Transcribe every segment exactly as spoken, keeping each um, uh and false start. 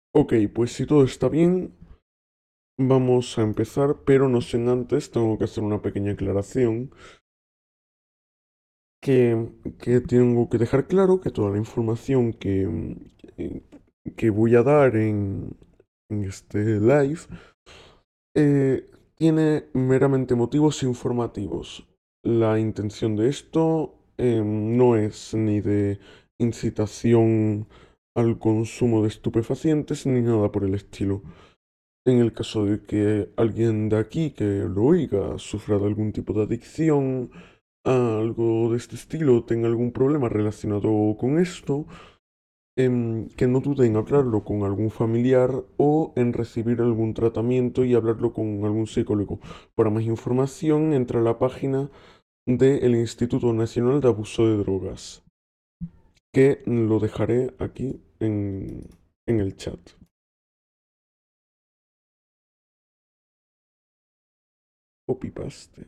Ok, pues si todo está bien, vamos a empezar, pero no sin antes, tengo que hacer una pequeña aclaración que, que tengo que dejar claro que toda la información que, mm, eh, que voy a dar en, en este live eh, tiene meramente motivos informativos. La intención de esto eh, no es ni de incitación al consumo de estupefacientes ni nada por el estilo. En el caso de que alguien de aquí que lo oiga sufra de algún tipo de adicción a algo de este estilo, tenga algún problema relacionado con esto, em, que no dude en hablarlo con algún familiar o en recibir algún tratamiento y hablarlo con algún psicólogo. Para más información, entra a la página del Instituto Nacional de Abuso de Drogas, que lo dejaré aquí en, en el chat. Copy paste.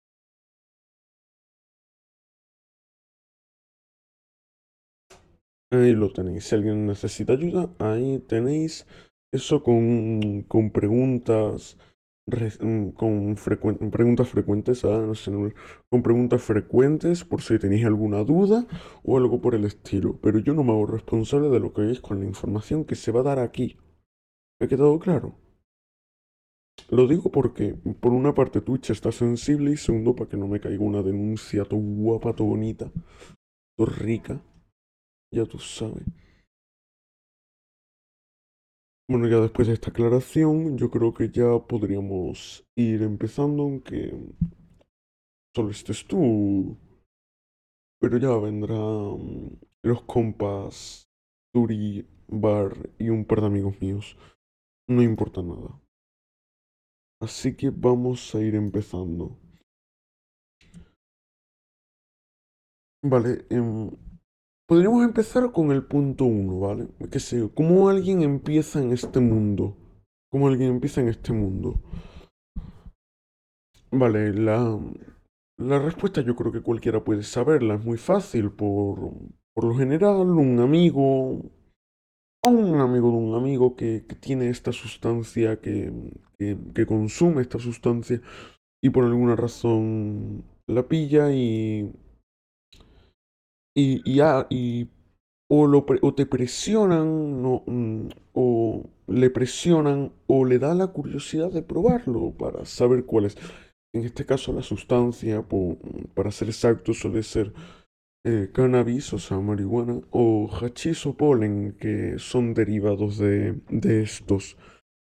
Ahí lo tenéis. Si alguien necesita ayuda, ahí tenéis eso con, con preguntas, re- mm, con frecuen- preguntas frecuentes, ah, no sé, no- con preguntas frecuentes por si tenéis alguna duda o algo por el estilo. Pero yo no me hago responsable de lo que veis con la información que se va a dar aquí. ¿Me ha quedado claro? Lo digo porque, por una parte, Twitch está sensible y segundo, para que no me caiga una denuncia, todo guapa, todo bonita, todo rica, ya tú sabes. Bueno, ya después de esta aclaración, yo creo que ya podríamos ir empezando, aunque solo estés tú, pero ya vendrán los compas, Turi, Bar y un par de amigos míos. No importa nada. Así que vamos a ir empezando. Vale, em, podríamos empezar con el punto uno, ¿vale? Que sé, ¿cómo alguien empieza en este mundo? ¿Cómo alguien empieza en este mundo? Vale, la, la respuesta yo creo que cualquiera puede saberla, es muy fácil. Por, por lo general, un amigo, o un amigo de un amigo que, que tiene esta sustancia, que, que, que consume esta sustancia y por alguna razón la pilla y, y, y, ah, y o, lo pre- o te presionan, no, mm, o le presionan, o le da la curiosidad de probarlo para saber cuál es. En este caso, la sustancia, po- para ser exacto, suele ser eh, cannabis, o sea, marihuana, o hachís o polen, que son derivados de, de estos.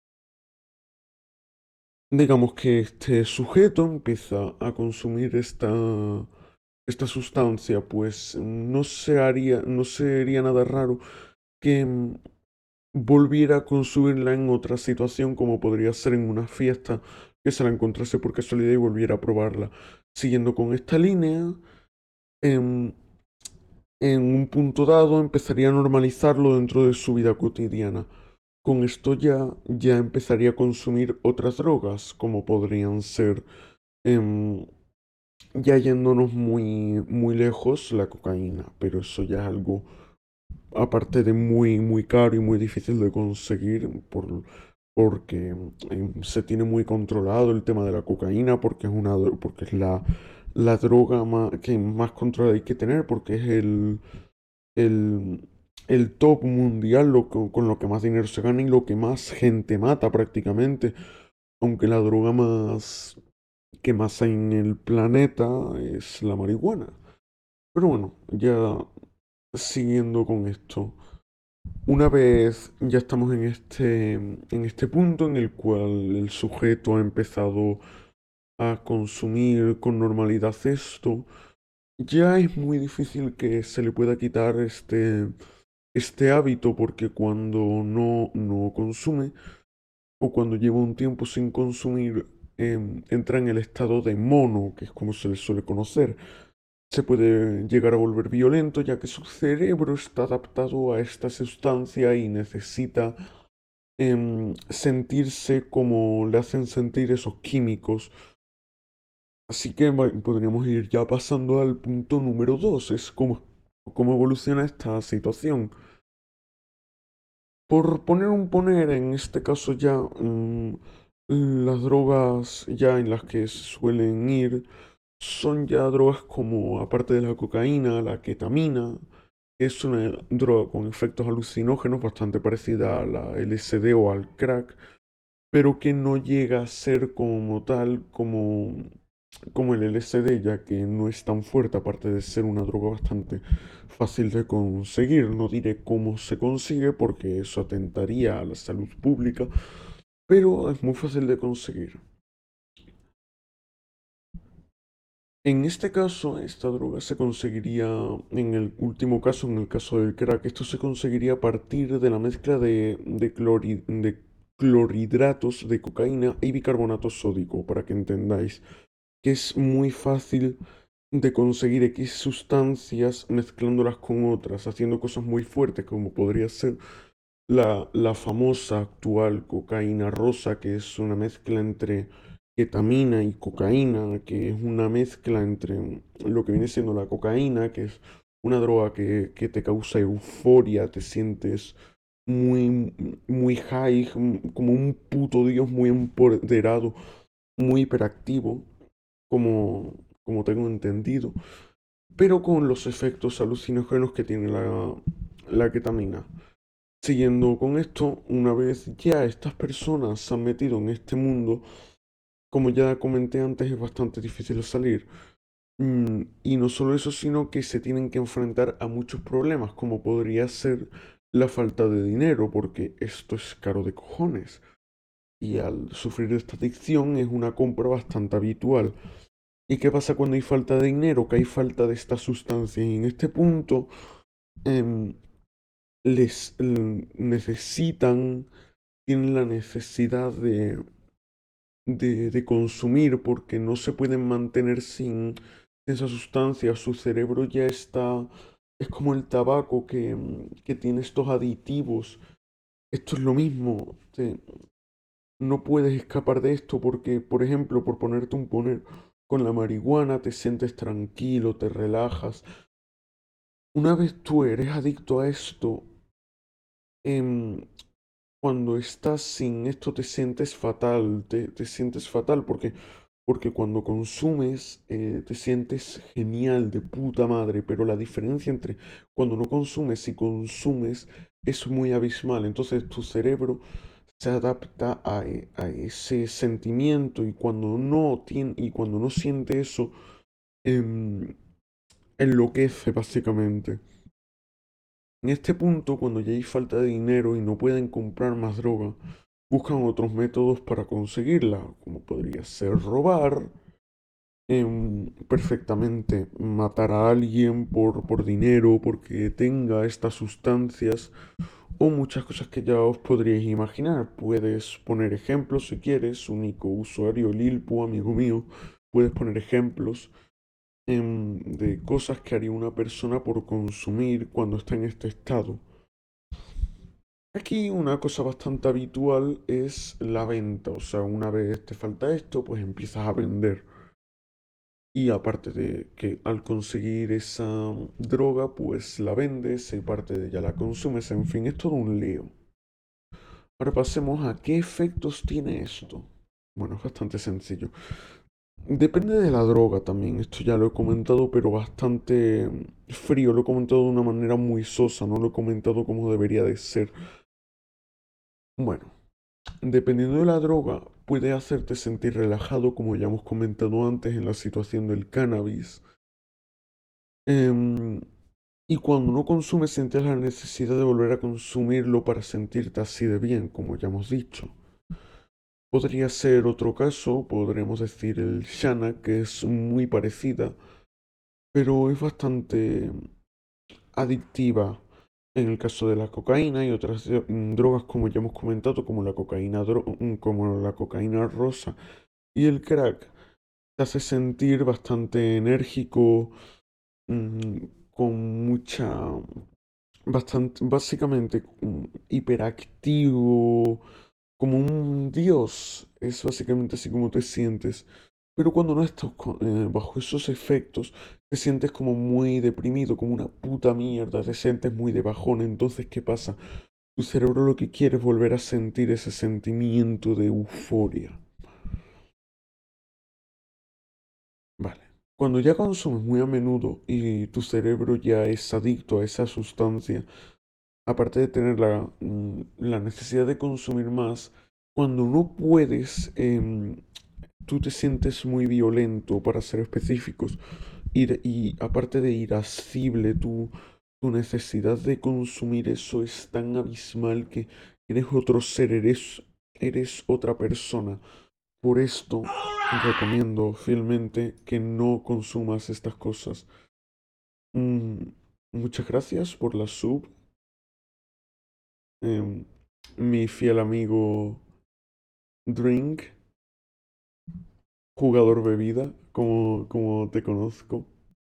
Digamos que este sujeto empieza a consumir esta, esta sustancia, pues no se haría, no sería nada raro que mm, volviera a consumirla en otra situación, como podría ser en una fiesta, que se la encontrase por casualidad y volviera a probarla. Siguiendo con esta línea, em, en un punto dado empezaría a normalizarlo dentro de su vida cotidiana. Con esto ya, ya empezaría a consumir otras drogas, como podrían ser, em, ya yéndonos muy, muy lejos, la cocaína, pero eso ya es algo aparte de muy, muy caro y muy difícil de conseguir por, porque em, se tiene muy controlado el tema de la cocaína, porque es una, dro- porque es la, la droga más, que más control hay que tener, porque es el, el, el top mundial lo que- con lo que más dinero se gana y lo que más gente mata prácticamente, aunque la droga más que más hay en el planeta es la marihuana. Pero bueno, ya siguiendo con esto. Una vez ya estamos en este, en este punto en el cual el sujeto ha empezado a consumir con normalidad esto, ya es muy difícil que se le pueda quitar este, este hábito porque cuando no, no consume o cuando lleva un tiempo sin consumir, em, entra en el estado de mono, que es como se le suele conocer. Se puede llegar a volver violento ya que su cerebro está adaptado a esta sustancia y necesita em, sentirse como le hacen sentir esos químicos. Así que va- podríamos ir ya pasando al punto número dos, es cómo, cómo evoluciona esta situación. Por poner un poner, en este caso ya, mm, las drogas ya en las que se suelen ir son ya drogas como, aparte de la cocaína, la ketamina, que es una droga con efectos alucinógenos bastante parecida a la L S D o al crack, pero que no llega a ser como tal como, como el L S D, ya que no es tan fuerte, aparte de ser una droga bastante fácil de conseguir. No diré cómo se consigue porque eso atentaría a la salud pública, pero es muy fácil de conseguir. En este caso, esta droga se conseguiría, en el último caso, en el caso del crack, esto se conseguiría a partir de la mezcla de, de, clori- de clorhidratos de cocaína y bicarbonato sódico, para que entendáis que es muy fácil de conseguir X sustancias mezclándolas con otras, haciendo cosas muy fuertes, como podría ser la, la famosa actual cocaína rosa, que es una mezcla entre ketamina y cocaína, que es una mezcla entre lo que viene siendo la cocaína, que es una droga que, que te causa euforia, te sientes muy, muy high, como un puto dios muy empoderado, muy hiperactivo, como, como tengo entendido, pero con los efectos alucinógenos que tiene la, la ketamina. Siguiendo con esto, una vez ya estas personas se han metido en este mundo, como ya comenté antes, es bastante difícil salir. Mm, y no solo eso, sino que se tienen que enfrentar a muchos problemas, como podría ser la falta de dinero, porque esto es caro de cojones. Y al sufrir esta adicción es una compra bastante habitual. ¿Y qué pasa cuando hay falta de dinero? Que hay falta de esta sustancia. Y en este punto, em, les l- necesitan, tienen la necesidad de, de, de consumir porque no se pueden mantener sin esa sustancia. Su cerebro ya está, es como el tabaco que, mm, que tiene estos aditivos. Esto es lo mismo. te- no puedes escapar de esto porque, por ejemplo, por ponerte un poner, con la marihuana te sientes tranquilo, te relajas. Una vez tú eres adicto a esto, em, cuando estás sin esto te sientes fatal, te, te sientes fatal porque, porque cuando consumes eh, te sientes genial, de puta madre, pero la diferencia entre cuando no consumes y consumes es muy abismal. Entonces tu cerebro se adapta a, e- a ese sentimiento y cuando no tiene, y cuando no siente eso, em, enloquece básicamente. En este punto, cuando ya hay falta de dinero y no pueden comprar más droga, buscan otros métodos para conseguirla, como podría ser robar, em, perfectamente matar a alguien por, por dinero, porque tenga estas sustancias, o muchas cosas que ya os podríais imaginar. Puedes poner ejemplos si quieres, único usuario Lilpo, amigo mío, puedes poner ejemplos em, de cosas que haría una persona por consumir cuando está en este estado. Aquí una cosa bastante habitual es la venta, o sea, una vez te falta esto, pues empiezas a vender. Y aparte de que al conseguir esa droga, pues la vendes y parte de ella la consumes, en fin, es todo un lío. Ahora pasemos a qué efectos tiene esto. Bueno, es bastante sencillo. Depende de la droga también, esto ya lo he comentado, pero bastante frío, lo he comentado de una manera muy sosa, no lo he comentado como debería de ser. Bueno. Dependiendo de la droga, puede hacerte sentir relajado, como ya hemos comentado antes en la situación del cannabis. Em, y cuando no consumes, sientes la necesidad de volver a consumirlo para sentirte así de bien, como ya hemos dicho. Podría ser otro caso, podríamos decir el Shana, que es muy parecida, pero es bastante adictiva en el caso de la cocaína y otras eh, mm, drogas, como ya hemos comentado, como la cocaína, dro- mm, como la cocaína rosa y el crack. Te hace sentir bastante enérgico, mm, con mucha, bastante, básicamente mm, hiperactivo, como un dios. Es básicamente así como te sientes. Pero cuando no estás co- eh, bajo esos efectos, te sientes como muy deprimido, como una puta mierda, te sientes muy de bajón. Entonces, ¿qué pasa? Tu cerebro lo que quiere es volver a sentir ese sentimiento de euforia. Vale. Cuando ya consumes muy a menudo y tu cerebro ya es adicto a esa sustancia, aparte de tener la, mm, la necesidad de consumir más, cuando no puedes, em, tú te sientes muy violento, para ser específicos, y, de- y aparte de irascible, tu, tu necesidad de consumir eso es tan abismal que eres otro ser, eres, eres otra persona. Por esto recomiendo fielmente que no consumas estas cosas. Mm, muchas gracias por la sub, em, mi fiel amigo Drink, jugador bebida, como, como te conozco.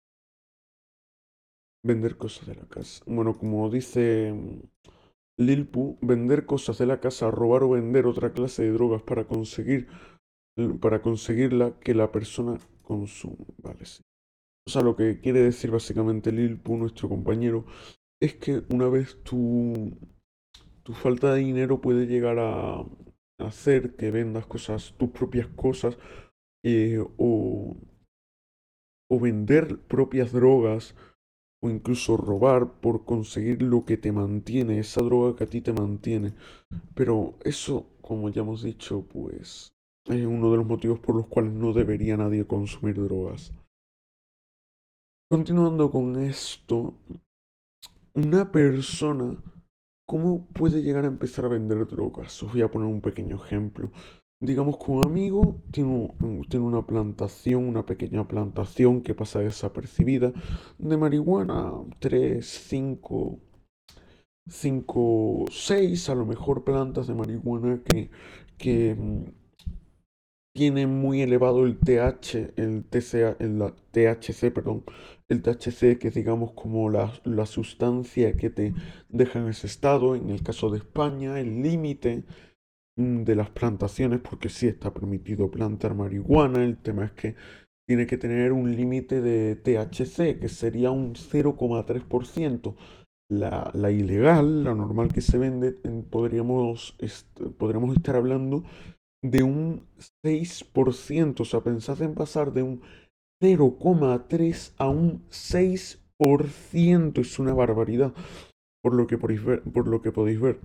Vender cosas de la casa. Bueno, como dice mm, Lil Pu, vender cosas de la casa, robar o vender otra clase de drogas para conseguir, para conseguirla que la persona consume. Vale, sí. O sea, lo que quiere decir básicamente Lil Pu, nuestro compañero, es que una vez tu, tu falta de dinero puede llegar a hacer que vendas cosas, tus propias cosas, eh, o, o vender propias drogas, o incluso robar por conseguir lo que te mantiene, esa droga que a ti te mantiene. Pero eso, como ya hemos dicho, pues es uno de los motivos por los cuales no debería nadie consumir drogas. Continuando con esto, una persona, ¿cómo puede llegar a empezar a vender drogas? Os voy a poner un pequeño ejemplo. Digamos que un amigo tiene, un- tiene una plantación, una pequeña plantación que pasa desapercibida de marihuana, tres, cinco, cinco, seis, a lo mejor plantas de marihuana que, que mm, tiene muy elevado el T H, el T C A, el la- T H C, perdón, el T H C, que es digamos como la, la sustancia que te deja en ese estado, en el caso de España, el límite mm, de las plantaciones, porque sí está permitido plantar marihuana, el tema es que tiene que tener un límite de T H C, que sería un cero coma tres por ciento. La, la ilegal, la normal que se vende, en- podríamos, est- podríamos estar hablando de un seis por ciento. O sea, pensad en pasar de un cero coma tres a un seis por ciento. Es una barbaridad, por lo que podéis ver, por lo que podéis ver.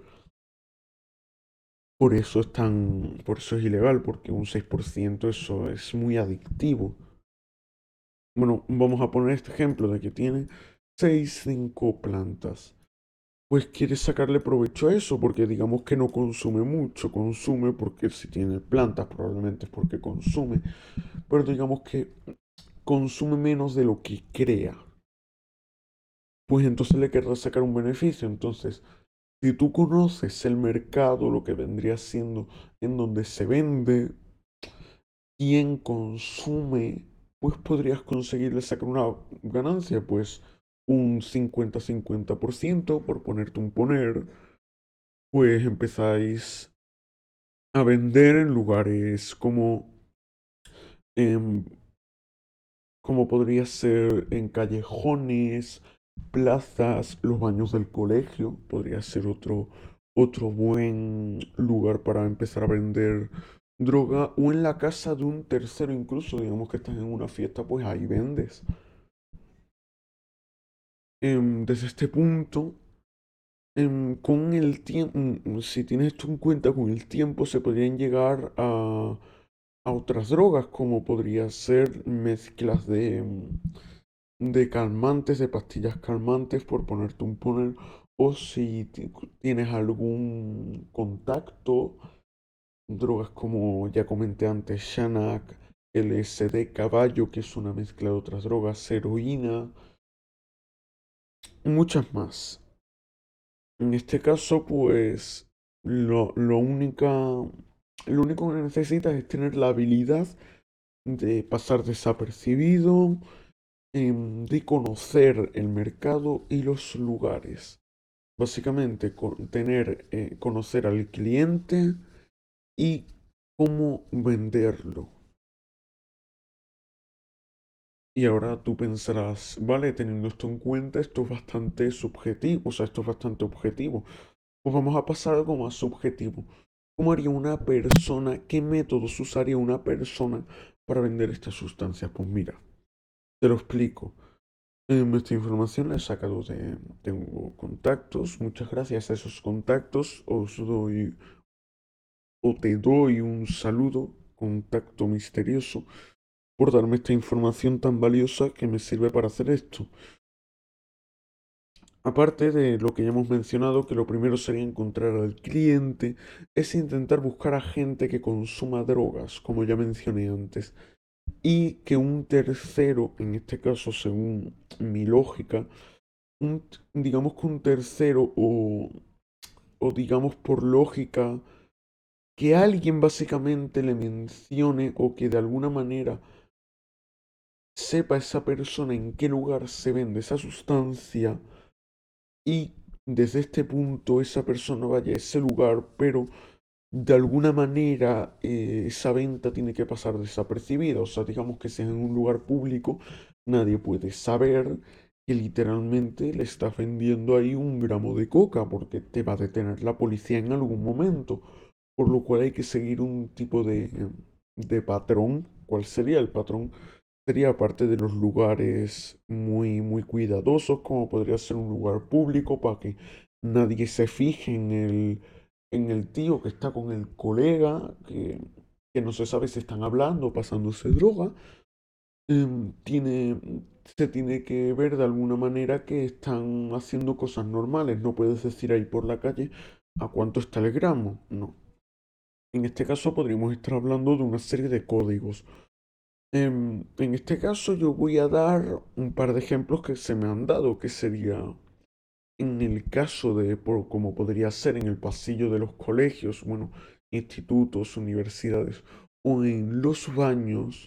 Por eso es tan, por eso es ilegal, porque un seis por ciento eso es muy adictivo. Bueno, vamos a poner este ejemplo de que tiene seis cinco plantas. Pues quiere sacarle provecho a eso, porque digamos que no consume mucho, consume porque si tiene plantas probablemente es porque consume, pero digamos que consume menos de lo que crea, pues entonces le querrás sacar un beneficio. Entonces, si tú conoces el mercado, lo que vendría siendo en donde se vende, quién consume, pues podrías conseguirle sacar una ganancia, pues un cincuenta-cincuenta por ciento, por ponerte un poner, pues empezáis a vender en lugares como, em, como podría ser en callejones, plazas, los baños del colegio, podría ser otro, otro buen lugar para empezar a vender droga, o en la casa de un tercero incluso, digamos que estás en una fiesta, pues ahí vendes. Em, desde este punto, em, con el tiempo, si tienes esto en cuenta, con el tiempo se podrían llegar a, a otras drogas, como podría ser mezclas de, em, de calmantes, de pastillas calmantes, por ponerte un poner, o si ti- tienes algún contacto, drogas como ya comenté antes, Shanac, L S D, caballo, que es una mezcla de otras drogas, heroína, muchas más. En este caso, pues, lo, lo única, lo único que necesitas es tener la habilidad de pasar desapercibido, em, de conocer el mercado y los lugares. Básicamente, con- tener, eh, conocer al cliente y cómo venderlo. Y ahora tú pensarás, vale, teniendo esto en cuenta, esto es bastante subjetivo, o sea, esto es bastante objetivo. Pues vamos a pasar a algo más subjetivo. ¿Cómo haría una persona, qué métodos usaría una persona para vender estas sustancias? Pues mira, te lo explico. Em, esta información la he sacado de... Tengo contactos. Muchas gracias a esos contactos os doy o te doy un saludo, contacto misterioso, por darme esta información tan valiosa que me sirve para hacer esto. Aparte de lo que ya hemos mencionado, que lo primero sería encontrar al cliente, es intentar buscar a gente que consuma drogas, como ya mencioné antes, y que un tercero, en este caso según mi lógica, un t- digamos que un tercero o, o digamos por lógica, que alguien básicamente le mencione o que de alguna manera sepa esa persona en qué lugar se vende esa sustancia y desde este punto esa persona vaya a ese lugar, pero de alguna manera eh, esa venta tiene que pasar desapercibida. O sea, digamos que si es en un lugar público, nadie puede saber que literalmente le estás vendiendo ahí un gramo de coca, porque te va a detener la policía en algún momento. Por lo cual hay que seguir un tipo de, de patrón. ¿Cuál sería el patrón? Sería parte de los lugares muy, muy cuidadosos, como podría ser un lugar público, para que nadie se fije en el, en el tío que está con el colega, que, que no se sabe si están hablando o pasándose droga. Em, tiene, se tiene que ver de alguna manera que están haciendo cosas normales. No puedes decir ahí por la calle a cuánto está el gramo. No. En este caso podríamos estar hablando de una serie de códigos. Em, en este caso yo voy a dar un par de ejemplos que se me han dado, que sería en el caso de, por, como podría ser en el pasillo de los colegios, bueno, institutos, universidades, o en los baños.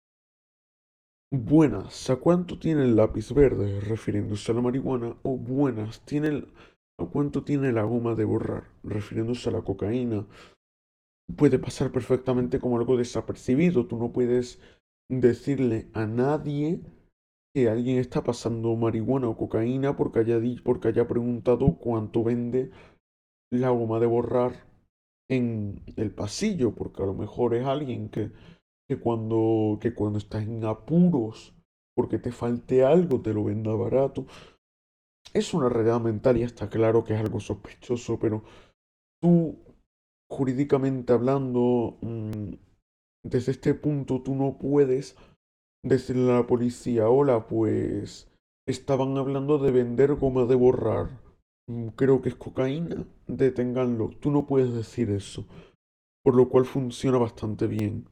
Buenas, ¿a cuánto tiene el lápiz verde? Refiriéndose a la marihuana, o buenas, tiene el- ¿a cuánto tiene la goma de borrar? Refiriéndose a la cocaína. Puede pasar perfectamente como algo desapercibido. Tú no puedes decirle a nadie que alguien está pasando marihuana o cocaína porque haya, di- porque haya preguntado cuánto vende la goma de borrar en el pasillo, porque a lo mejor es alguien que, que cuando, que cuando estás en apuros, porque te falte algo, te lo venda barato. Es una realidad mental y está claro que es algo sospechoso, pero tú, jurídicamente hablando, mm, desde este punto tú no puedes decirle a la policía, hola, pues estaban hablando de vender goma de borrar. Mm, Creo que es cocaína. Deténganlo. Tú no puedes decir eso. Por lo cual funciona bastante bien.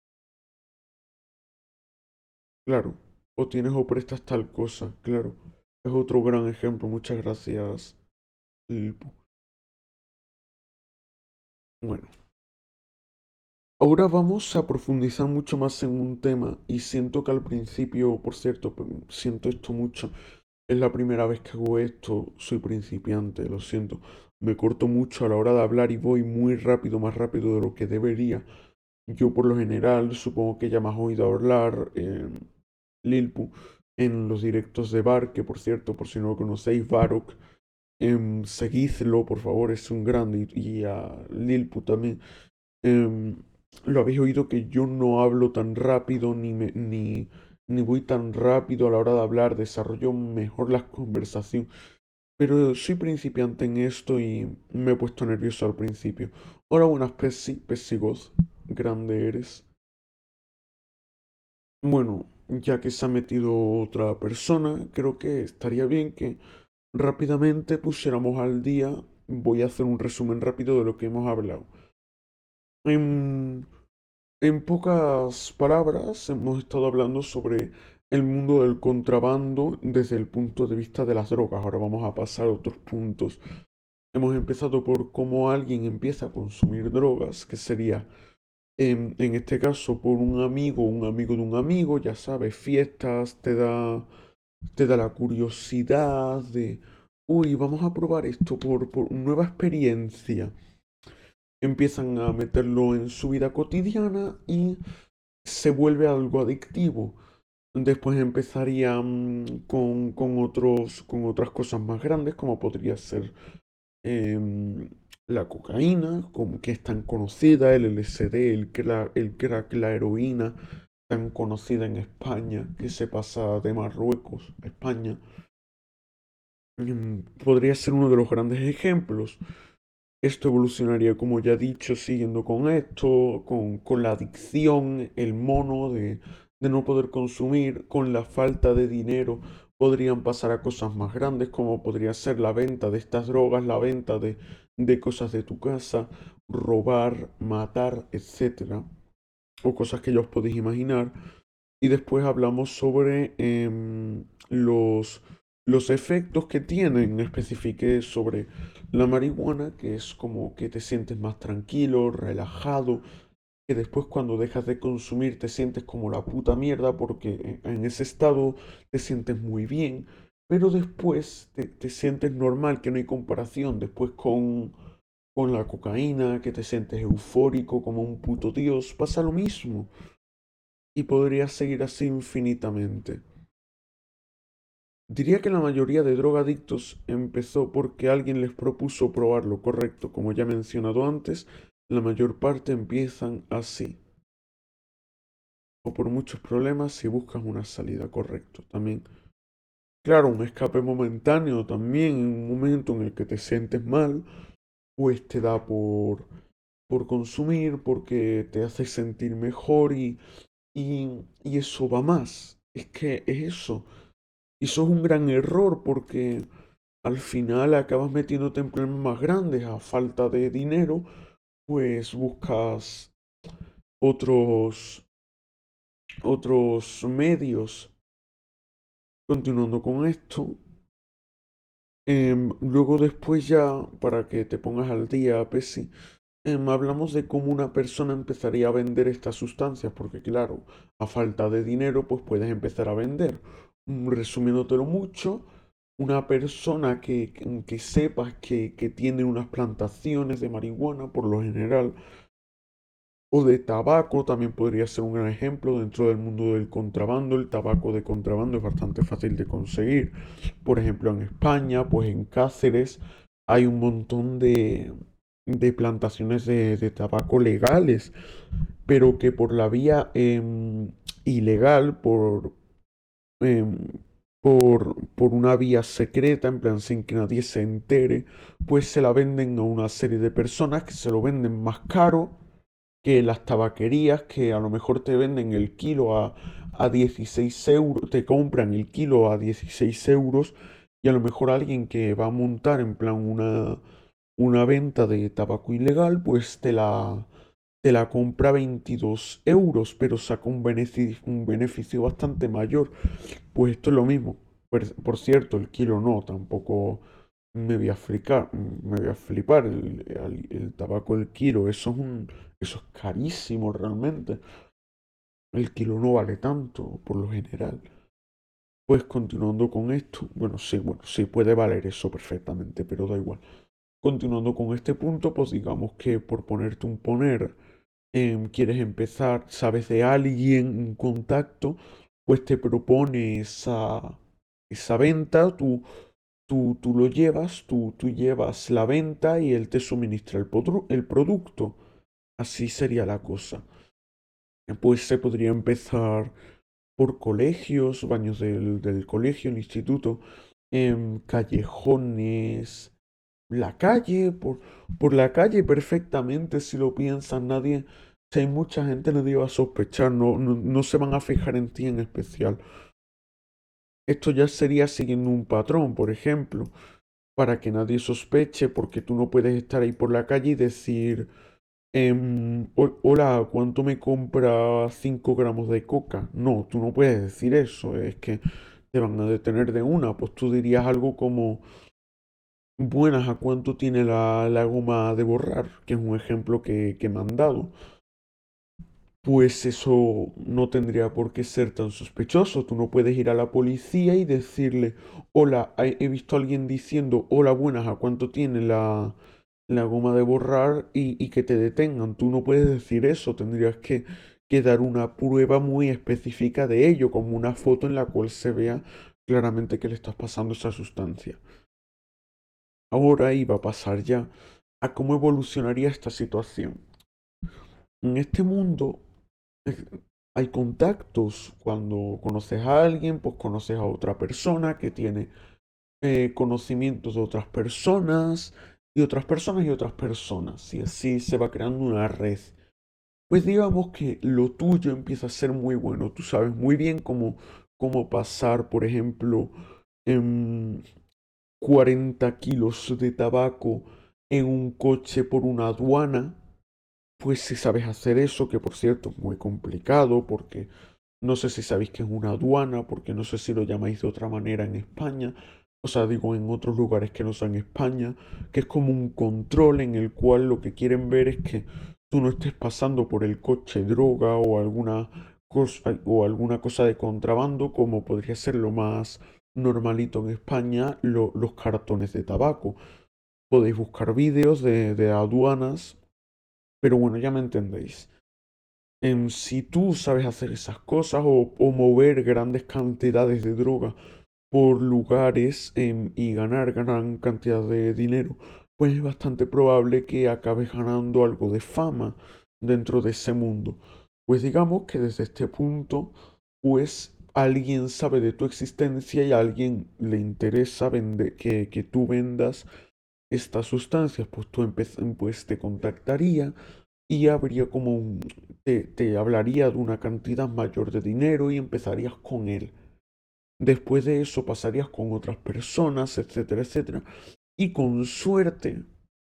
Claro. O tienes o prestas tal cosa. Claro. Es otro gran ejemplo. Muchas gracias, Lilpu. Bueno. Ahora vamos a profundizar mucho más en un tema y siento que al principio, por cierto, pues, siento esto mucho. Es la primera vez que hago esto, soy principiante, lo siento. Me corto mucho a la hora de hablar y voy muy rápido, más rápido de lo que debería. Yo por lo general, supongo que ya me has oído hablar, eh, Lilpu, en los directos de Bar, que por cierto, por si no lo conocéis, Varok, em, seguidlo, por favor, es un grande, y, y a Lilpu también. Em, lo habéis oído que yo no hablo tan rápido ni, me- ni, ni voy tan rápido a la hora de hablar, desarrollo mejor la conversación. Pero soy principiante en esto y me he puesto nervioso al principio. Hola, buenas, Pesi, Pesigoz, grande eres. Bueno, ya que se ha metido otra persona, creo que estaría bien que rápidamente pusiéramos al día. Voy a hacer un resumen rápido de lo que hemos hablado. En En pocas palabras, hemos estado hablando sobre el mundo del contrabando desde el punto de vista de las drogas. Ahora vamos a pasar a otros puntos. Hemos empezado por cómo alguien empieza a consumir drogas, que sería, en, en este caso, por un amigo, un amigo de un amigo, ya sabes, fiestas, te da, te da la curiosidad de, uy, vamos a probar esto por, por nueva experiencia. Empiezan a meterlo en su vida cotidiana y se vuelve algo adictivo. Después empezaría mm, con, con otros, con otras cosas más grandes, como podría ser, em, la cocaína, como que es tan conocida, el L S D, el crack, el crack, la heroína, tan conocida en España, que se pasa de Marruecos a España. Mm, Podría ser uno de los grandes ejemplos. Esto evolucionaría, como ya he dicho, siguiendo con esto, con, con la adicción, el mono de, de no poder consumir, con la falta de dinero, podrían pasar a cosas más grandes, como podría ser la venta de estas drogas, la venta de, de cosas de tu casa, robar, matar, etcétera, o cosas que ya os podéis imaginar. Y después hablamos sobre em, los, los efectos que tienen. Especifiqué sobre la marihuana, que es como que te sientes más tranquilo, relajado, que después cuando dejas de consumir te sientes como la puta mierda porque en en ese estado te sientes muy bien, pero después te, te sientes normal, que no hay comparación. Después con, con la cocaína, que te sientes eufórico como un puto dios, pasa lo mismo. Y podría seguir así infinitamente. Diría que la mayoría de drogadictos empezó porque alguien les propuso probar lo correcto. Como ya he mencionado antes, la mayor parte empiezan así. O por muchos problemas si buscas una salida correcta. También, claro, un escape momentáneo también en un momento en el que te sientes mal, pues te da por, por consumir porque te hace sentir mejor y, y, y eso va más. Es que es eso. Y eso es un gran error porque al final acabas metiéndote en problemas más grandes. A falta de dinero, pues buscas otros, otros medios. Continuando con esto, em, luego después ya, para que te pongas al día, Pesi, em, hablamos de cómo una persona empezaría a vender estas sustancias, porque claro, a falta de dinero, pues puedes empezar a vender. Mm, Resumiéndotelo mucho, una persona que, que, que sepas que, que tiene unas plantaciones de marihuana, por lo general, o de tabaco, también podría ser un gran ejemplo dentro del mundo del contrabando. El tabaco de contrabando es bastante fácil de conseguir. Por ejemplo, en España, pues en Cáceres hay un montón de, de plantaciones de, de tabaco legales, pero que por la vía em, ilegal, por, em, por, por una vía secreta, en plan sin que nadie se entere, pues se la venden a una serie de personas que se lo venden más caro que las tabaquerías, que a lo mejor te venden el kilo a, a dieciséis euros, te compran el kilo a dieciséis euros, y a lo mejor alguien que va a montar en plan una, una venta de tabaco ilegal, pues te la, te la compra a veintidós euros, pero saca un beneficio, un beneficio bastante mayor. Pues esto es lo mismo. Por, por cierto, el kilo no, tampoco me voy a flipar, me voy a flipar el, el- el tabaco del kilo, eso es un, eso es carísimo realmente. El kilo no vale tanto, por lo general. Pues continuando con esto, bueno, sí, bueno, sí puede valer eso perfectamente, pero da igual. Continuando con este punto, pues digamos que por ponerte un poner, em, quieres empezar, sabes de alguien, un contacto, pues te propone esa, esa venta, tú, tú, tú lo llevas, tú, tú llevas la venta y él te suministra el, podru- el producto. Así sería la cosa. Pues se podría empezar por colegios, baños del, del colegio, el instituto, em, callejones, la calle, por, por la calle perfectamente, si lo piensan, nadie, si hay mucha gente, nadie va a sospechar, no, no, no se van a fijar en ti en especial. Esto ya sería siguiendo un patrón, por ejemplo, para que nadie sospeche, porque tú no puedes estar ahí por la calle y decir, em, "Hol- hola, ¿cuánto me compra cinco gramos de coca?". No, tú no puedes decir eso, es que te van a detener de una. Pues tú dirías algo como, buenas, ¿a cuánto tiene la, la goma de borrar? Que es un ejemplo que, que me han dado. Pues eso no tendría por qué ser tan sospechoso. Tú no puedes ir a la policía y decirle, hola, he he visto a alguien diciendo, hola, buenas, ¿a cuánto tiene la, la goma de borrar? Y, y que te detengan. Tú no puedes decir eso. Tendrías que, que dar una prueba muy específica de ello, como una foto en la cual se vea claramente que le estás pasando esa sustancia. Ahora iba a pasar ya a cómo evolucionaría esta situación. En este mundo eh, hay contactos. Cuando conoces a alguien, pues conoces a otra persona que tiene eh, conocimientos de otras personas y otras personas y otras personas. Y así se va creando una red. Pues digamos que lo tuyo empieza a ser muy bueno. Tú sabes muy bien cómo, cómo pasar, por ejemplo, em, cuarenta kilos de tabaco en un coche por una aduana. Pues si sabes hacer eso, que por cierto es muy complicado porque no sé si sabéis que es una aduana, porque no sé si lo llamáis de otra manera en España, o sea, digo en otros lugares que no sean España, que es como un control en el cual lo que quieren ver es que tú no estés pasando por el coche droga o alguna cosa, o alguna cosa de contrabando, como podría ser lo más normalito en España, lo- los cartones de tabaco. Podéis buscar vídeos de, de aduanas, pero bueno, ya me entendéis. Em, si tú sabes hacer esas cosas o, o mover grandes cantidades de droga por lugares em, y ganar gran cantidad de dinero, pues es bastante probable que acabes ganando algo de fama dentro de ese mundo. Pues digamos que desde este punto, pues alguien sabe de tu existencia y a alguien le interesa vende- que, que tú vendas estas sustancias, pues tú empe- pues te contactaría y habría como un, te, te hablaría de una cantidad mayor de dinero y empezarías con él. Después de eso pasarías con otras personas, etcétera, etcétera. Y con suerte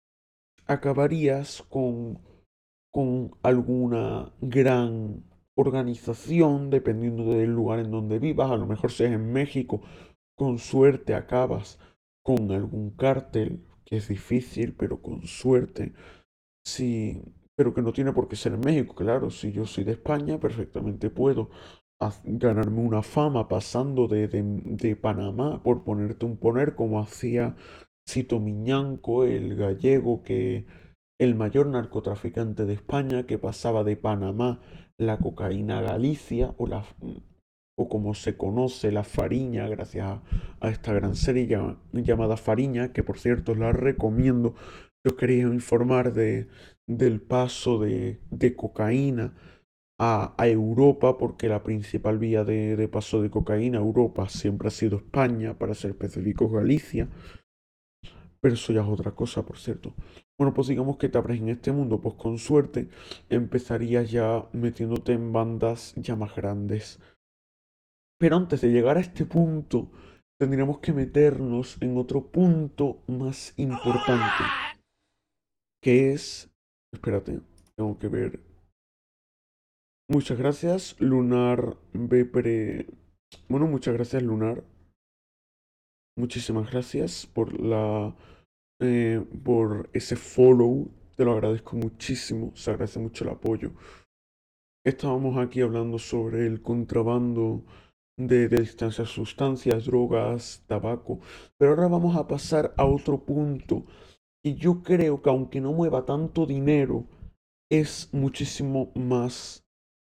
acabarías con, con alguna gran organización, dependiendo del lugar en donde vivas. A lo mejor si es en México, con suerte acabas con algún cártel, que es difícil, pero con suerte. Sí, pero que no tiene por qué ser en México, claro. Si yo soy de España, perfectamente puedo haz- ganarme una fama pasando de, de, de Panamá, por ponerte un poner, como hacía Cito Miñanco, el gallego, que el mayor narcotraficante de España, que pasaba de Panamá la cocaína a Galicia, o, la, o como se conoce, la Fariña, gracias a, a esta gran serie llama- llamada Fariña, que por cierto os la recomiendo si os queréis informar de, del paso de, de cocaína a, a Europa, porque la principal vía de, de paso de cocaína a Europa siempre ha sido España, para ser específicos Galicia, pero eso ya es otra cosa, por cierto. Bueno, pues digamos que te abres en este mundo, pues con suerte empezarías ya metiéndote en bandas ya más grandes. Pero antes de llegar a este punto, tendríamos que meternos en otro punto más importante, que es... Espérate, tengo que ver. Muchas gracias, Lunar Bepre. Bueno, muchas gracias, Lunar. Muchísimas gracias por la... eh, por ese follow. Te lo agradezco muchísimo. Se agradece mucho el apoyo. Estábamos aquí hablando sobre el contrabando de, de distintas sustancias, drogas, tabaco. Pero ahora vamos a pasar a otro punto. Y yo creo que aunque no mueva tanto dinero, es muchísimo más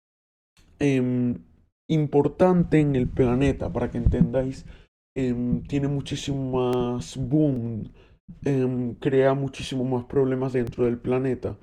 em, importante en el planeta, para que entendáis. Em, tiene muchísimo más boom, em, crea muchísimo más problemas dentro del planeta.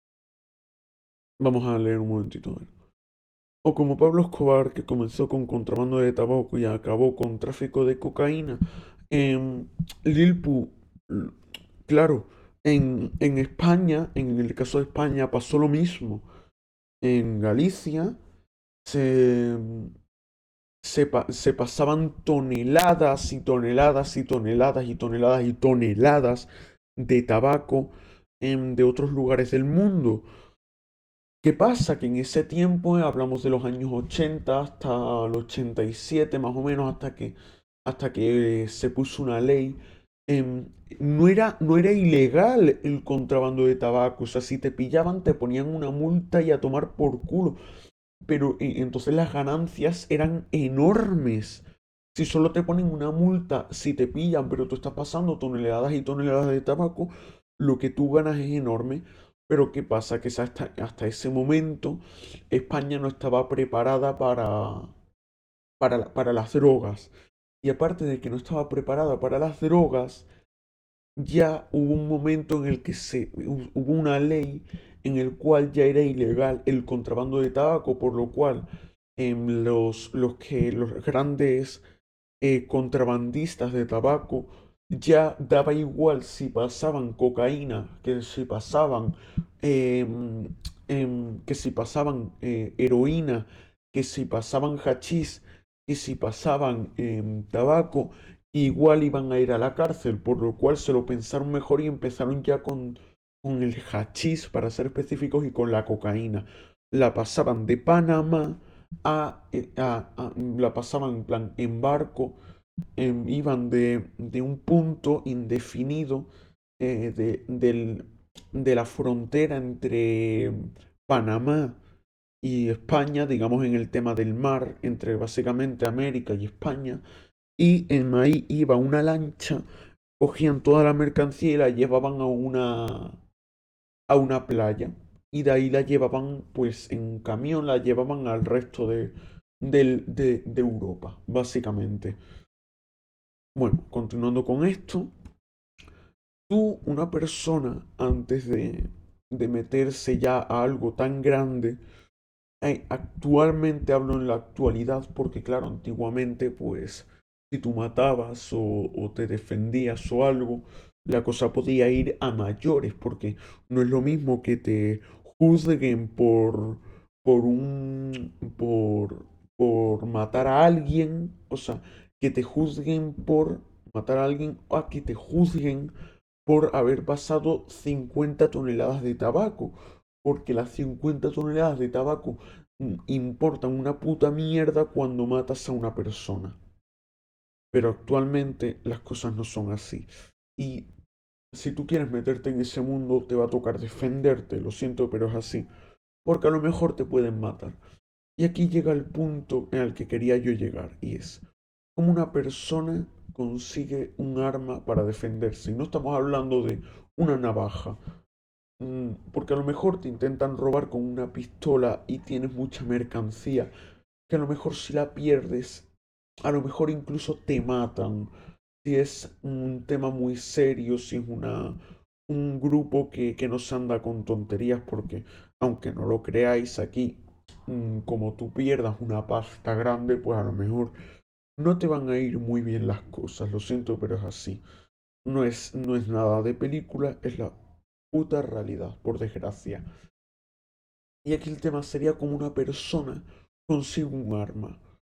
Vamos a leer un momentito. A ver. O como Pablo Escobar, que comenzó con contrabando de tabaco y acabó con tráfico de cocaína. Em, Lil Pu, l- claro, en, en España, en el caso de España, pasó lo mismo. En Galicia se, se, pa- se pasaban toneladas y toneladas y toneladas y toneladas y toneladas de tabaco em, de otros lugares del mundo. ¿Qué pasa? Que en ese tiempo, eh, hablamos de los años ochenta hasta el ochenta y siete más o menos, hasta que, hasta que eh, se puso una ley, em, no era, no era ilegal el contrabando de tabaco. O sea, si te pillaban, te ponían una multa y a tomar por culo. Pero eh, entonces las ganancias eran enormes. Si solo te ponen una multa, si te pillan, pero tú estás pasando toneladas y toneladas de tabaco, lo que tú ganas es enorme. Pero ¿qué pasa? Que hasta, hasta ese momento España no estaba preparada para, para, la- para las drogas. Y aparte de que no estaba preparada para las drogas, ya hubo un momento en el que se, hu- hubo una ley en el cual ya era ilegal el contrabando de tabaco, por lo cual em, los, los que, los grandes eh, contrabandistas de tabaco ya daba igual si pasaban cocaína, que si pasaban, em, em, que si pasaban eh, heroína, que si pasaban hachís, que si pasaban em, tabaco, igual iban a ir a la cárcel, por lo cual se lo pensaron mejor y empezaron ya con, con el hachís, para ser específicos, y con la cocaína. La pasaban de Panamá a, eh, a- a- la pasaban en plan en barco, em, iban de, de un punto indefinido eh, de, del- de la frontera entre Panamá y España, digamos en el tema del mar, entre básicamente América y España, y en ahí iba una lancha, cogían toda la mercancía y la llevaban a una, a una playa, y de ahí la llevaban pues en un camión, la llevaban al resto de, del- de, de Europa, básicamente. Bueno, continuando con esto, tú, una persona, antes de, de meterse ya a algo tan grande, eh, actualmente hablo en la actualidad porque claro, antiguamente pues si tú matabas o, o te defendías o algo, la cosa podía ir a mayores porque no es lo mismo que te juzguen por, por un, por, por matar a alguien, o sea, que te juzguen por matar a alguien o a que te juzguen por haber pasado cincuenta toneladas de tabaco, porque las cincuenta toneladas de tabaco mm, importan una puta mierda cuando matas a una persona. Pero actualmente las cosas no son así. Y si tú quieres meterte en ese mundo, te va a tocar defenderte, lo siento, pero es así. Porque a lo mejor te pueden matar. Y aquí llega el punto en el que quería yo llegar, y es cómo una persona consigue un arma para defenderse. Y no estamos hablando de una navaja, mm, porque a lo mejor te intentan robar con una pistola y tienes mucha mercancía, que a lo mejor si la pierdes, a lo mejor incluso te matan. Si es un tema muy serio, si es una, un grupo que, que no se anda con tonterías, porque aunque no lo creáis aquí, mm, como tú pierdas una pasta grande, pues a lo mejor no te van a ir muy bien las cosas. Lo siento, pero es así. No es, no es nada de película, es la puta realidad, por desgracia. Y aquí el tema sería como una persona consigue un arma.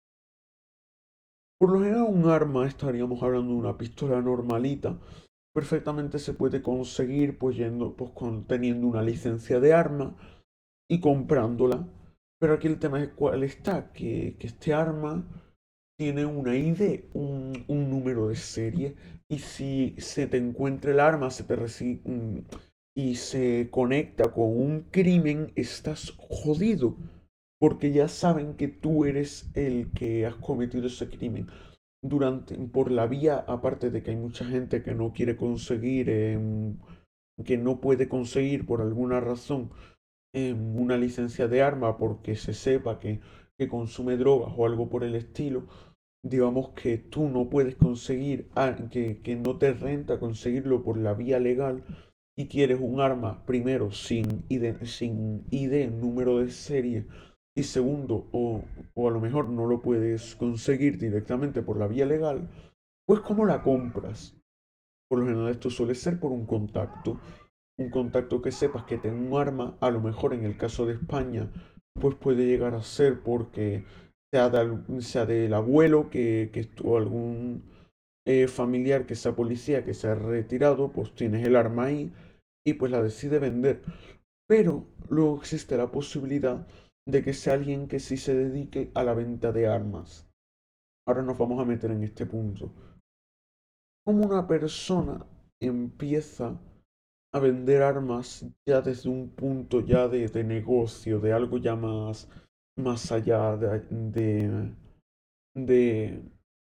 Por lo general, un arma, estaríamos hablando de una pistola normalita, perfectamente se puede conseguir pues yendo, pues con, teniendo una licencia de arma y comprándola. Pero aquí el tema es cuál está, que, que este arma tiene una I D, un, un número de serie, y si se te encuentra el arma, se te reci- mm, y se conecta con un crimen, estás jodido, porque ya saben que tú eres el que has cometido ese crimen. Durante, por la vía, aparte de que hay mucha gente que no quiere conseguir, em, que no puede conseguir por alguna razón em, una licencia de arma porque se sepa que, que consume drogas o algo por el estilo, digamos que tú no puedes conseguir, ah, que, que no te renta conseguirlo por la vía legal, y quieres un arma, primero, sin I D, sin I D, número de serie, y segundo, o, o a lo mejor no lo puedes conseguir directamente por la vía legal, pues ¿cómo la compras? Por lo general esto suele ser por un contacto, un contacto que sepas que tiene un arma, a lo mejor en el caso de España, pues puede llegar a ser porque sea, de al- sea del abuelo que, que o algún eh, familiar que sea policía, que se ha retirado, pues tienes el arma ahí y pues la decide vender. Pero luego existe la posibilidad de que sea alguien que sí se dedique a la venta de armas. Ahora nos vamos a meter en este punto. ¿Cómo una persona empieza a vender armas ya desde un punto ya de, de negocio, de algo ya más, más allá de, de, de,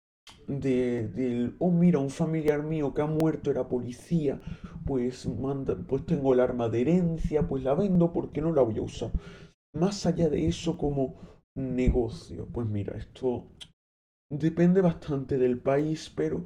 de- del, oh mira, un familiar mío que ha muerto era policía, pues manda, pues tengo el arma de herencia, pues la vendo porque no la voy a usar. Más allá de eso como negocio, pues mira, esto depende bastante del país, pero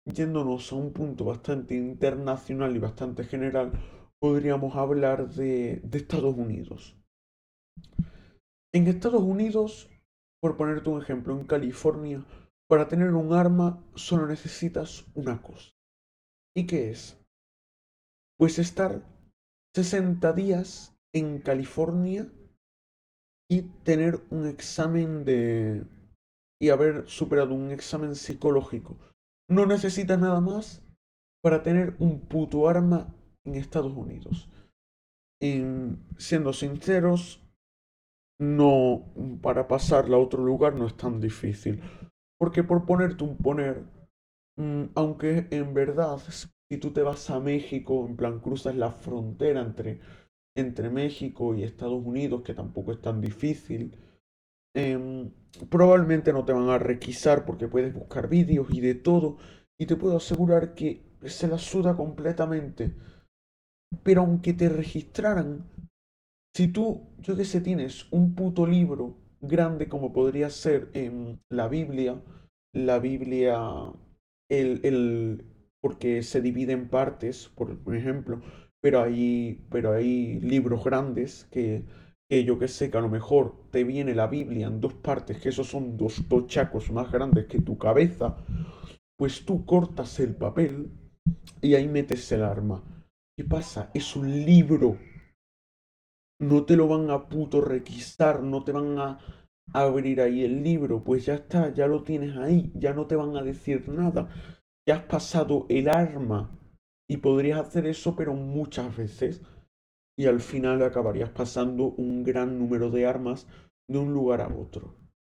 yéndonos a un punto bastante internacional y bastante general, podríamos hablar de, de Estados Unidos. En Estados Unidos, por ponerte un ejemplo, en California, para tener un arma solo necesitas una cosa. ¿Y qué es? Pues estar sesenta días en California y tener un examen de... y haber superado un examen psicológico. No necesitas nada más para tener un puto arma en Estados Unidos. Y, siendo sinceros, no, para pasarla a otro lugar no es tan difícil. Porque por ponerte un poner, mm, aunque en verdad, si tú te vas a México, en plan cruzas la frontera entre, entre México y Estados Unidos, que tampoco es tan difícil, em, probablemente no te van a requisar porque puedes buscar vídeos y de todo. Y te puedo asegurar que se la suda completamente. Pero aunque te registraran, si tú, yo qué sé, tienes un puto libro grande como podría ser em, la Biblia, la Biblia, el, el, porque se divide en partes, por, por ejemplo, pero hay, pero hay libros grandes que, que yo que sé, que a lo mejor te viene la Biblia en dos partes, que esos son dos tochacos más grandes que tu cabeza, pues tú cortas el papel y ahí metes el arma. ¿Qué pasa? Es un libro, no te lo van a puto requisar, no te van a abrir ahí el libro, pues ya está, ya lo tienes ahí, ya no te van a decir nada, ya has pasado el arma y podrías hacer eso pero muchas veces y al final acabarías pasando un gran número de armas de un lugar a otro.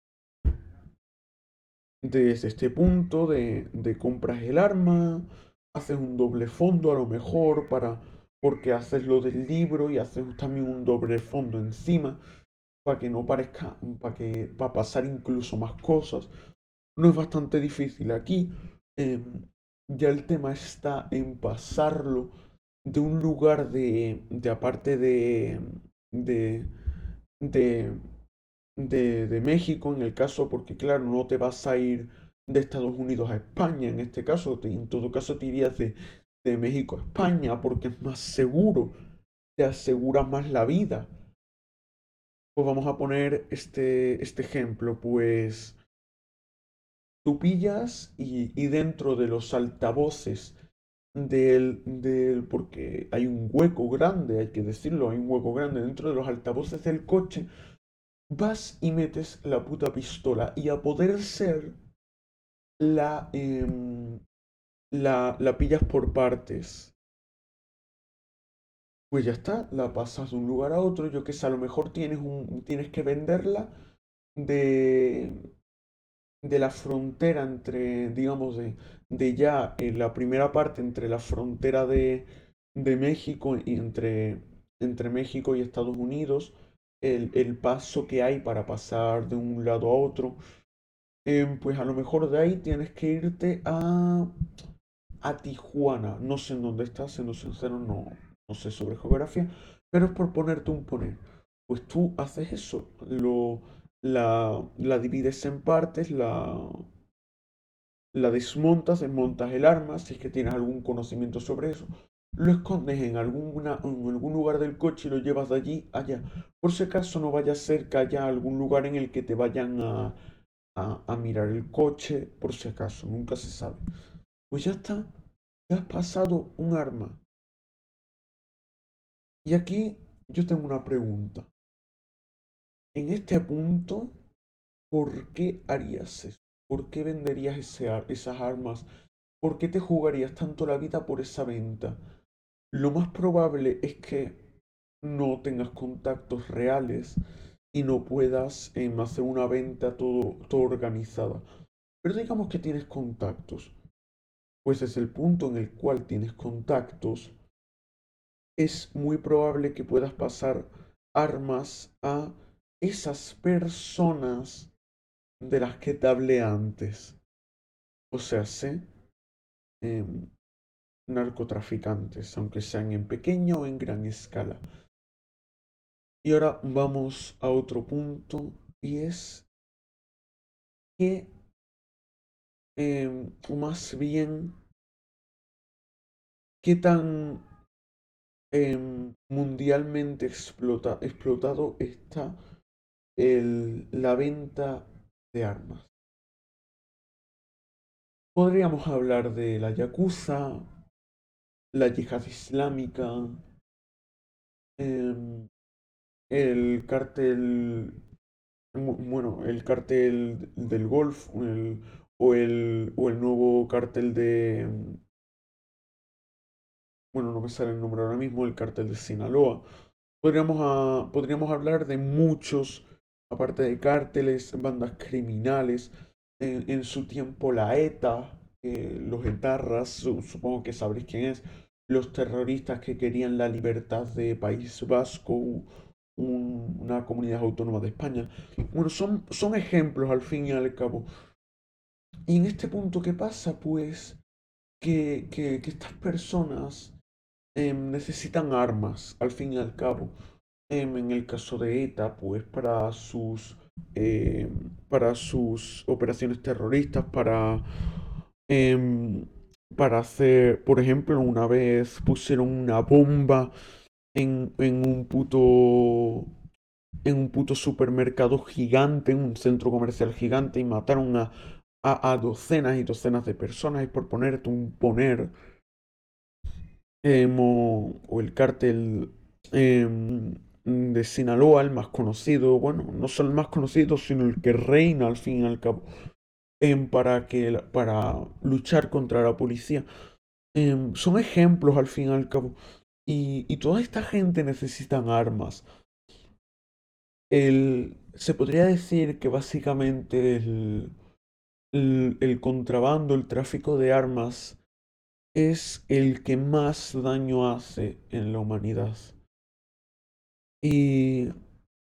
Desde este punto de, de compras el arma, haces un doble fondo a lo mejor para porque haces lo del libro y haces también un doble fondo encima para que no parezca, para que para pasar incluso más cosas. No es bastante difícil aquí. eh, ya el tema está en pasarlo de un lugar de, de aparte de, de, de, de, de México, en el caso, porque claro, no te vas a ir de Estados Unidos a España, en este caso, te- en todo caso te irías de, de México a España, porque es más seguro, te asegura más la vida. Pues vamos a poner este, este ejemplo, pues tú pillas y, y dentro de los altavoces del, del, porque hay un hueco grande, hay que decirlo, hay un hueco grande dentro de los altavoces del coche, vas y metes la puta pistola y a poder ser la, em, la, la pillas por partes. Pues ya está, la pasas de un lugar a otro, yo que sé, a lo mejor tienes, un, tienes que venderla de, de la frontera entre, digamos, de, de ya en la primera parte entre la frontera de, de México y entre, entre México y Estados Unidos, el, el paso que hay para pasar de un lado a otro, em, pues a lo mejor de ahí tienes que irte a, a Tijuana. No sé en dónde estás, siendo sincero, no, no sé sobre geografía, pero es por ponerte un poner. Pues tú haces eso, lo, la, la divides en partes, la, la desmontas, desmontas el arma, si es que tienes algún conocimiento sobre eso, lo escondes en, alguna, en algún lugar del coche y lo llevas de allí a allá. Por si acaso no vaya a ser que haya algún lugar en el que te vayan a, a, a mirar el coche, por si acaso, nunca se sabe. Pues ya está, ya has pasado un arma. Y aquí yo tengo una pregunta. En este punto, ¿por qué harías eso? ¿Por qué venderías ese ar- esas armas? ¿Por qué te jugarías tanto la vida por esa venta? Lo más probable es que no tengas contactos reales y no puedas em, hacer una venta todo, todo organizada. Pero digamos que tienes contactos. Pues es el punto en el cual tienes contactos, es muy probable que puedas pasar armas a esas personas de las que te hablé antes. O sea, sé, em, narcotraficantes, aunque sean en pequeña o en gran escala. Y ahora vamos a otro punto y es ¿qué em, o más bien, qué tan em, mundialmente explota- explotado está el- la venta de armas. Podríamos hablar de la Yakuza, la yihad islámica, em, el cártel, mu- bueno, el cártel del Golf, el- o el, o el nuevo cártel de, em, bueno, no me sale el nombre ahora mismo, el cártel de Sinaloa. Podríamos, ah, podríamos hablar de muchos, aparte de cárteles, bandas criminales. En, en su tiempo la ETA, eh, los etarras, su- supongo que sabréis quién es, los terroristas que querían la libertad de País Vasco, u- un- una comunidad autónoma de España. Bueno, son, son ejemplos al fin y al cabo. Y en este punto, ¿qué pasa? Pues que, que, que estas personas em, necesitan armas, al fin y al cabo. Em, en el caso de ETA, pues para sus, em, para sus operaciones terroristas, para, em, para hacer, por ejemplo, una vez pusieron una bomba en, en un puto, en un puto supermercado gigante, en un centro comercial gigante, y mataron a, a, a docenas y docenas de personas, y por ponerte un poner em, o, o el cártel em, de Sinaloa, el más conocido, bueno, no solo el más conocido, sino el que reina al fin y al cabo, em, para que, la- para luchar contra la policía. Em, son ejemplos al fin y al cabo. Y, y toda esta gente necesitan armas. El, se podría decir que básicamente el, el el contrabando, el tráfico de armas, es el que más daño hace en la humanidad. Y,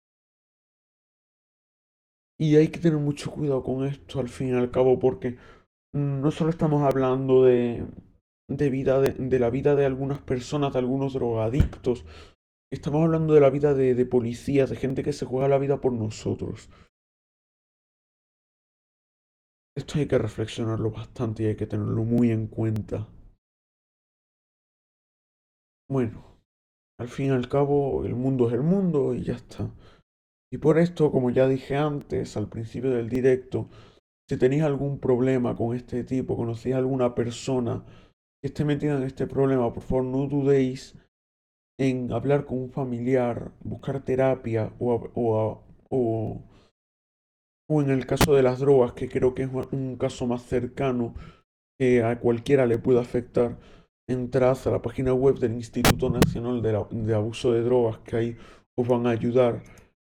y hay que tener mucho cuidado con esto al fin y al cabo, porque no solo estamos hablando de, de vida de, de la vida de algunas personas, de algunos drogadictos, estamos hablando de la vida de, de policías, de gente que se juega la vida por nosotros. Esto hay que reflexionarlo bastante y hay que tenerlo muy en cuenta. Bueno, al fin y al cabo, el mundo es el mundo y ya está. Y por esto, como ya dije antes, al principio del directo, si tenéis algún problema con este tipo, conocéis a alguna persona que esté metida en este problema, por favor no dudéis en hablar con un familiar, buscar terapia o, a- o, a- o- o en el caso de las drogas, que creo que es un caso más cercano que a cualquiera le puede afectar, entrad a la página web del Instituto Nacional de, la- de Abuso de Drogas, que ahí os van a ayudar